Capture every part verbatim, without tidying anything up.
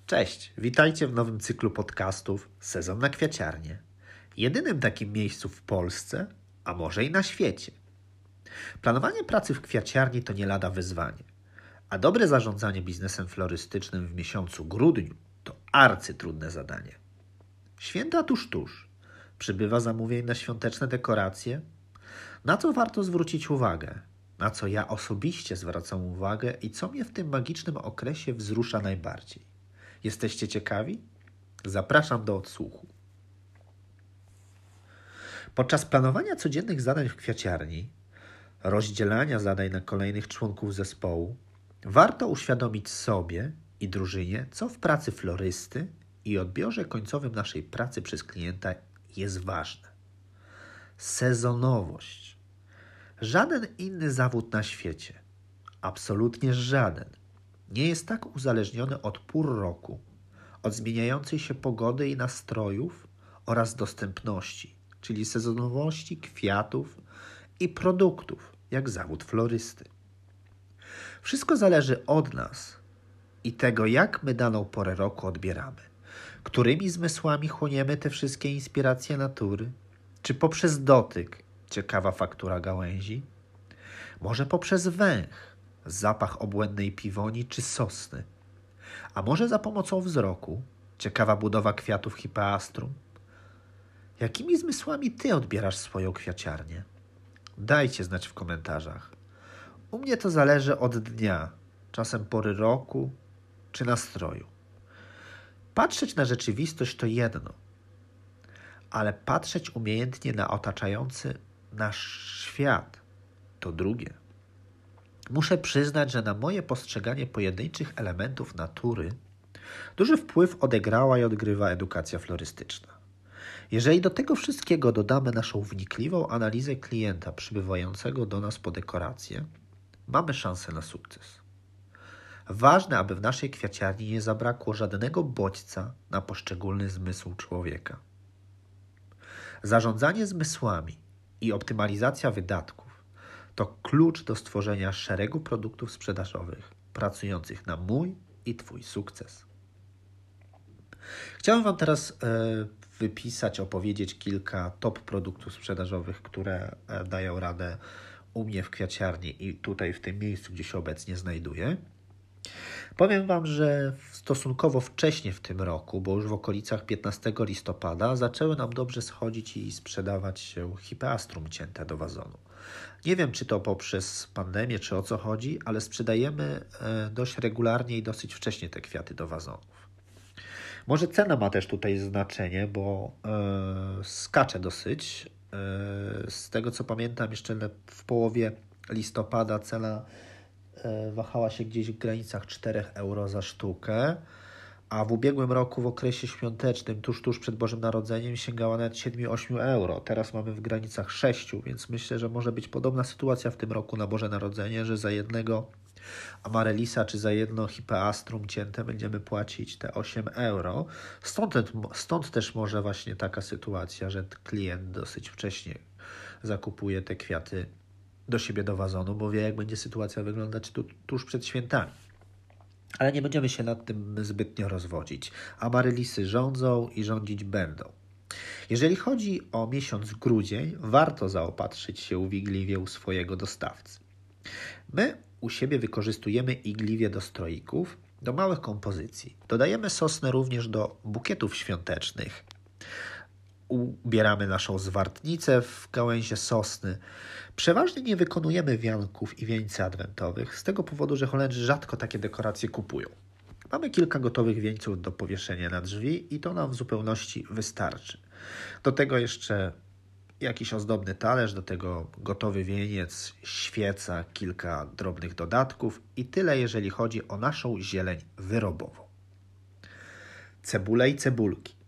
Cześć, witajcie w nowym cyklu podcastów Sezon na kwiaciarnię. Jedynym takim miejscu w Polsce, a może i na świecie. Planowanie pracy w kwiaciarni to nie lada wyzwanie, a dobre zarządzanie biznesem florystycznym w miesiącu grudniu to arcytrudne zadanie. Święta tuż tuż. Przybywa zamówień na świąteczne dekoracje. Na co warto zwrócić uwagę? Na co ja osobiście zwracam uwagę i co mnie w tym magicznym okresie wzrusza najbardziej? Jesteście ciekawi? Zapraszam do odsłuchu. Podczas planowania codziennych zadań w kwiaciarni, rozdzielania zadań na kolejnych członków zespołu, warto uświadomić sobie i drużynie, co w pracy florysty i odbiorze końcowym naszej pracy przez klienta jest ważne. Sezonowość. Żaden inny zawód na świecie, absolutnie żaden, nie jest tak uzależniony od pór roku, od zmieniającej się pogody i nastrojów oraz dostępności, czyli sezonowości kwiatów i produktów, jak zawód florysty. Wszystko zależy od nas i tego, jak my daną porę roku odbieramy. Którymi zmysłami chłoniemy te wszystkie inspiracje natury? Czy poprzez dotyk, ciekawa faktura gałęzi? Może poprzez węch, zapach obłędnej piwoni czy sosny? A może za pomocą wzroku, ciekawa budowa kwiatów hipeastrum? Jakimi zmysłami ty odbierasz swoją kwiaciarnię? Dajcie znać w komentarzach. U mnie to zależy od dnia, czasem pory roku czy nastroju. Patrzeć na rzeczywistość to jedno, ale patrzeć umiejętnie na otaczający nasz świat to drugie. Muszę przyznać, że na moje postrzeganie pojedynczych elementów natury duży wpływ odegrała i odgrywa edukacja florystyczna. Jeżeli do tego wszystkiego dodamy naszą wnikliwą analizę klienta przybywającego do nas po dekorację, mamy szansę na sukces. Ważne, aby w naszej kwiaciarni nie zabrakło żadnego bodźca na poszczególny zmysł człowieka. Zarządzanie zmysłami i optymalizacja wydatków to klucz do stworzenia szeregu produktów sprzedażowych pracujących na mój i Twój sukces. Chciałem Wam teraz e, wypisać, opowiedzieć kilka top produktów sprzedażowych, które e, dają radę u mnie w kwiaciarni i tutaj w tym miejscu, gdzie się obecnie znajduję. Powiem Wam, że stosunkowo wcześnie w tym roku, bo już w okolicach piętnastego listopada, zaczęły nam dobrze schodzić i sprzedawać się hipeastrum cięte do wazonu. Nie wiem, czy to poprzez pandemię, czy o co chodzi, ale sprzedajemy dość regularnie i dosyć wcześnie te kwiaty do wazonów. Może cena ma też tutaj znaczenie, bo yy, skacze dosyć. Yy, z tego co pamiętam, jeszcze w połowie listopada cena wahała się gdzieś w granicach cztery euro za sztukę, a w ubiegłym roku w okresie świątecznym, tuż tuż przed Bożym Narodzeniem, sięgała nawet siedem do ośmiu euro. Teraz mamy w granicach sześć, więc myślę, że może być podobna sytuacja w tym roku na Boże Narodzenie, że za jednego amarylisa czy za jedno hipeastrum cięte będziemy płacić te osiem euro. Stąd, stąd też może właśnie taka sytuacja, że klient dosyć wcześnie zakupuje te kwiaty do siebie do wazonu, bo wie, jak będzie sytuacja wyglądać tu, tuż przed świętami. Ale nie będziemy się nad tym zbytnio rozwodzić. Amarylisy rządzą i rządzić będą. Jeżeli chodzi o miesiąc grudzień, warto zaopatrzyć się uwigliwie u swojego dostawcy. My u siebie wykorzystujemy igliwie do stroików, do małych kompozycji. Dodajemy sosnę również do bukietów świątecznych. Ubieramy naszą zwartnicę w gałęzie sosny. Przeważnie nie wykonujemy wianków i wieńcy adwentowych z tego powodu, że Holendrzy rzadko takie dekoracje kupują. Mamy kilka gotowych wieńców do powieszenia na drzwi i to nam w zupełności wystarczy. Do tego jeszcze jakiś ozdobny talerz, do tego gotowy wieniec, świeca, kilka drobnych dodatków i tyle, jeżeli chodzi o naszą zieleń wyrobową. Cebule i cebulki.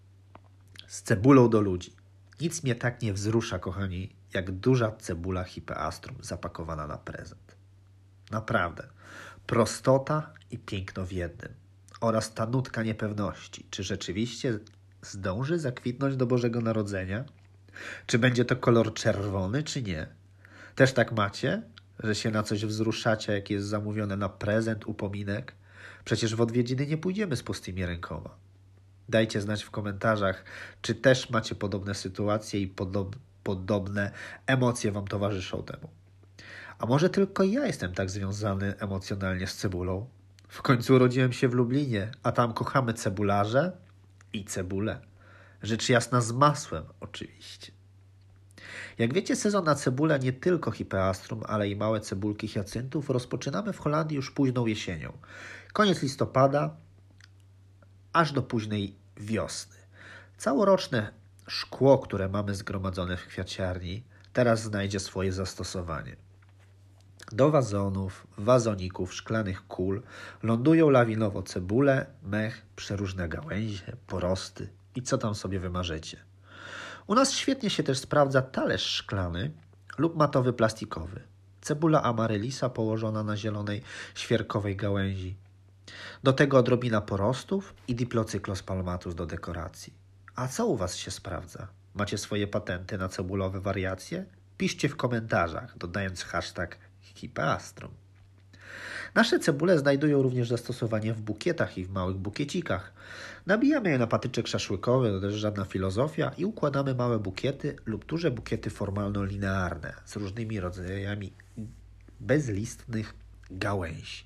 Z cebulą do ludzi. Nic mnie tak nie wzrusza, kochani, jak duża cebula hipeastrum zapakowana na prezent. Naprawdę. Prostota i piękno w jednym. Oraz ta nutka niepewności. Czy rzeczywiście zdąży zakwitnąć do Bożego Narodzenia? Czy będzie to kolor czerwony, czy nie? Też tak macie, że się na coś wzruszacie, jak jest zamówione na prezent, upominek? Przecież w odwiedziny nie pójdziemy z pustymi rękoma. Dajcie znać w komentarzach, czy też macie podobne sytuacje i podob, podobne emocje wam towarzyszą temu. A może tylko ja jestem tak związany emocjonalnie z cebulą? W końcu urodziłem się w Lublinie, a tam kochamy cebularze i cebulę. Rzecz jasna z masłem oczywiście. Jak wiecie, sezon na cebulę, nie tylko Hippeastrum, ale i małe cebulki hiacyntów, rozpoczynamy w Holandii już późną jesienią. Koniec listopada, aż do późnej wiosny. Całoroczne szkło, które mamy zgromadzone w kwiaciarni, teraz znajdzie swoje zastosowanie. Do wazonów, wazoników, szklanych kul lądują lawinowo cebule, mech, przeróżne gałęzie, porosty i co tam sobie wymarzycie. U nas świetnie się też sprawdza talerz szklany lub matowy plastikowy. Cebula amarylisa położona na zielonej, świerkowej gałęzi. Do tego odrobina porostów i Diplocyklos palmatus do dekoracji. A co u was się sprawdza? Macie swoje patenty na cebulowe wariacje? Piszcie w komentarzach, dodając hashtag Hippeastrum. Nasze cebule znajdują również zastosowanie w bukietach i w małych bukiecikach. Nabijamy je na patyczek szaszłykowy, to też żadna filozofia, i układamy małe bukiety lub duże bukiety formalno-linearne z różnymi rodzajami bezlistnych gałęzi.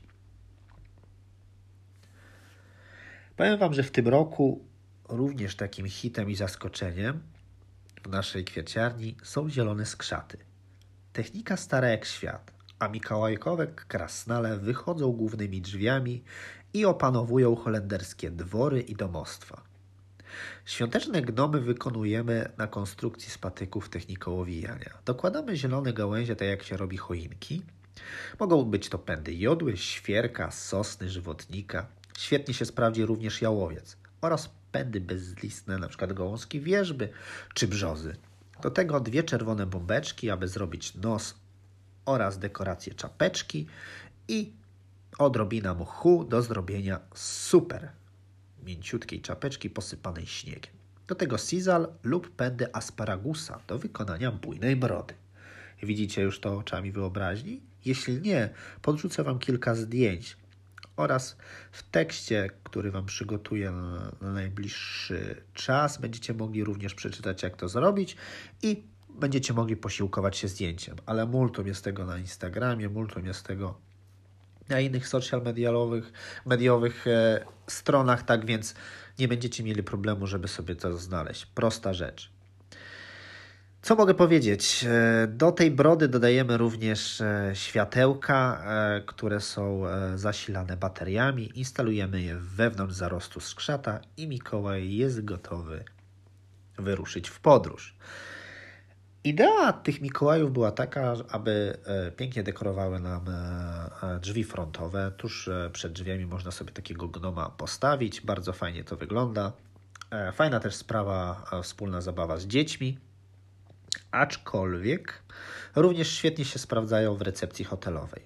Powiem wam, że w tym roku również takim hitem i zaskoczeniem w naszej kwiaciarni są zielone skrzaty. Technika stara jak świat, a mikołajkowe krasnale wychodzą głównymi drzwiami i opanowują holenderskie dwory i domostwa. Świąteczne gnomy wykonujemy na konstrukcji z patyków techniką owijania. Dokładamy zielone gałęzie, tak jak się robi choinki. Mogą być to pędy jodły, świerka, sosny, żywotnika. Świetnie się sprawdzi również jałowiec oraz pędy bezlistne, np. gałązki wierzby czy brzozy. Do tego dwie czerwone bombeczki, aby zrobić nos oraz dekorację czapeczki i odrobina mchu do zrobienia super mięciutkiej czapeczki posypanej śniegiem. Do tego sisal lub pędy asparagusa do wykonania bujnej brody. Widzicie już to oczami wyobraźni? Jeśli nie, podrzucę wam kilka zdjęć oraz w tekście, który wam przygotuję na, na najbliższy czas, będziecie mogli również przeczytać, jak to zrobić i będziecie mogli posiłkować się zdjęciem. Ale multum jest tego na Instagramie, multum jest tego na innych social mediowych, mediowych e, stronach, tak więc nie będziecie mieli problemu, żeby sobie to znaleźć. Prosta rzecz. Co mogę powiedzieć? Do tej brody dodajemy również światełka, które są zasilane bateriami. Instalujemy je wewnątrz zarostu skrzata i Mikołaj jest gotowy wyruszyć w podróż. Idea tych Mikołajów była taka, aby pięknie dekorowały nam drzwi frontowe. Tuż przed drzwiami można sobie takiego gnoma postawić. Bardzo fajnie to wygląda. Fajna też sprawa, wspólna zabawa z dziećmi. Aczkolwiek również świetnie się sprawdzają w recepcji hotelowej.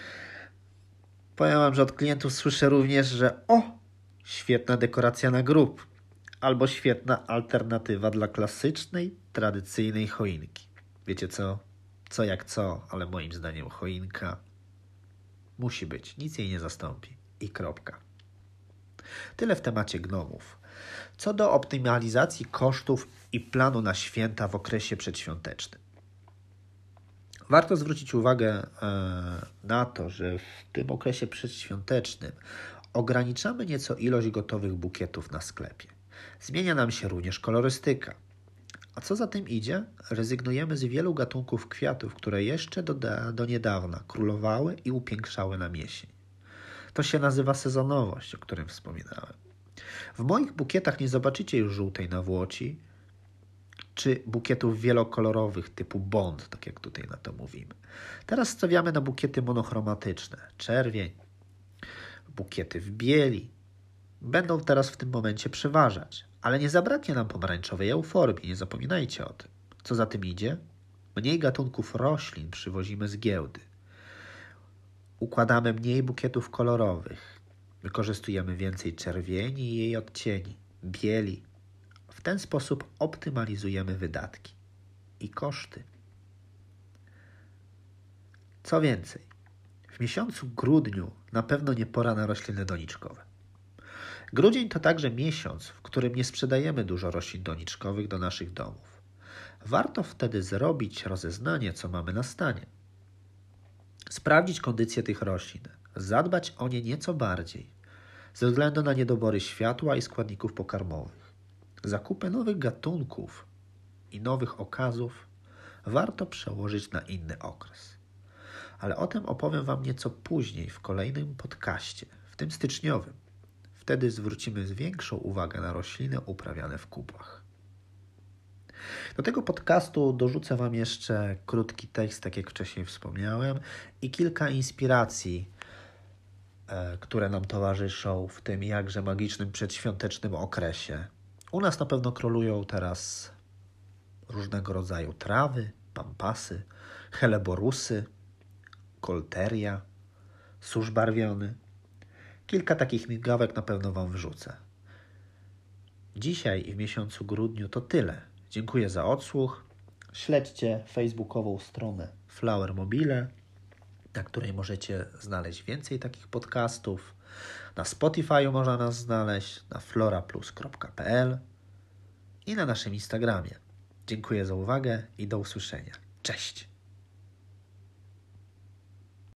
Powiem wam, że od klientów słyszę również, że o, świetna dekoracja na grób, albo świetna alternatywa dla klasycznej, tradycyjnej choinki. Wiecie co? Co jak co, ale moim zdaniem choinka musi być, nic jej nie zastąpi i kropka. Tyle w temacie gnomów. Co do optymalizacji kosztów i planu na święta w okresie przedświątecznym. Warto zwrócić uwagę na to, że w tym okresie przedświątecznym ograniczamy nieco ilość gotowych bukietów na sklepie. Zmienia nam się również kolorystyka. A co za tym idzie? Rezygnujemy z wielu gatunków kwiatów, które jeszcze do, do niedawna królowały i upiększały nam jesień. To się nazywa sezonowość, o którym wspominałem. W moich bukietach nie zobaczycie już żółtej nawłoci, czy bukietów wielokolorowych typu Bond, tak jak tutaj na to mówimy. Teraz stawiamy na bukiety monochromatyczne, czerwień, bukiety w bieli. Będą teraz w tym momencie przeważać, ale nie zabraknie nam pomarańczowej euforbii, nie zapominajcie o tym. Co za tym idzie? Mniej gatunków roślin przywozimy z giełdy. Układamy mniej bukietów kolorowych. Wykorzystujemy więcej czerwieni i jej odcieni, bieli. W ten sposób optymalizujemy wydatki i koszty. Co więcej, W miesiącu grudniu na pewno nie pora na rośliny doniczkowe. Grudzień to także miesiąc, w którym nie sprzedajemy dużo roślin doniczkowych do naszych domów. Warto wtedy zrobić rozeznanie, co mamy na stanie. Sprawdzić kondycję tych roślin, zadbać o nie nieco bardziej, ze względu na niedobory światła i składników pokarmowych. Zakupy nowych gatunków i nowych okazów warto przełożyć na inny okres. Ale o tym opowiem Wam nieco później w kolejnym podcaście, w tym styczniowym. Wtedy zwrócimy większą uwagę na rośliny uprawiane w kupach. Do tego podcastu dorzucę Wam jeszcze krótki tekst, tak jak wcześniej wspomniałem, i kilka inspiracji, e, które nam towarzyszą w tym jakże magicznym przedświątecznym okresie. U nas na pewno królują teraz różnego rodzaju trawy, pampasy, heleborusy, kolteria, susz barwiony. Kilka takich migawek na pewno Wam wrzucę. Dzisiaj i w miesiącu grudniu to tyle. Dziękuję za odsłuch. Śledźcie facebookową stronę Flower Mobile, na której możecie znaleźć więcej takich podcastów. Na Spotify można nas znaleźć, na floraplus kropka p l i na naszym Instagramie. Dziękuję za uwagę i do usłyszenia. Cześć!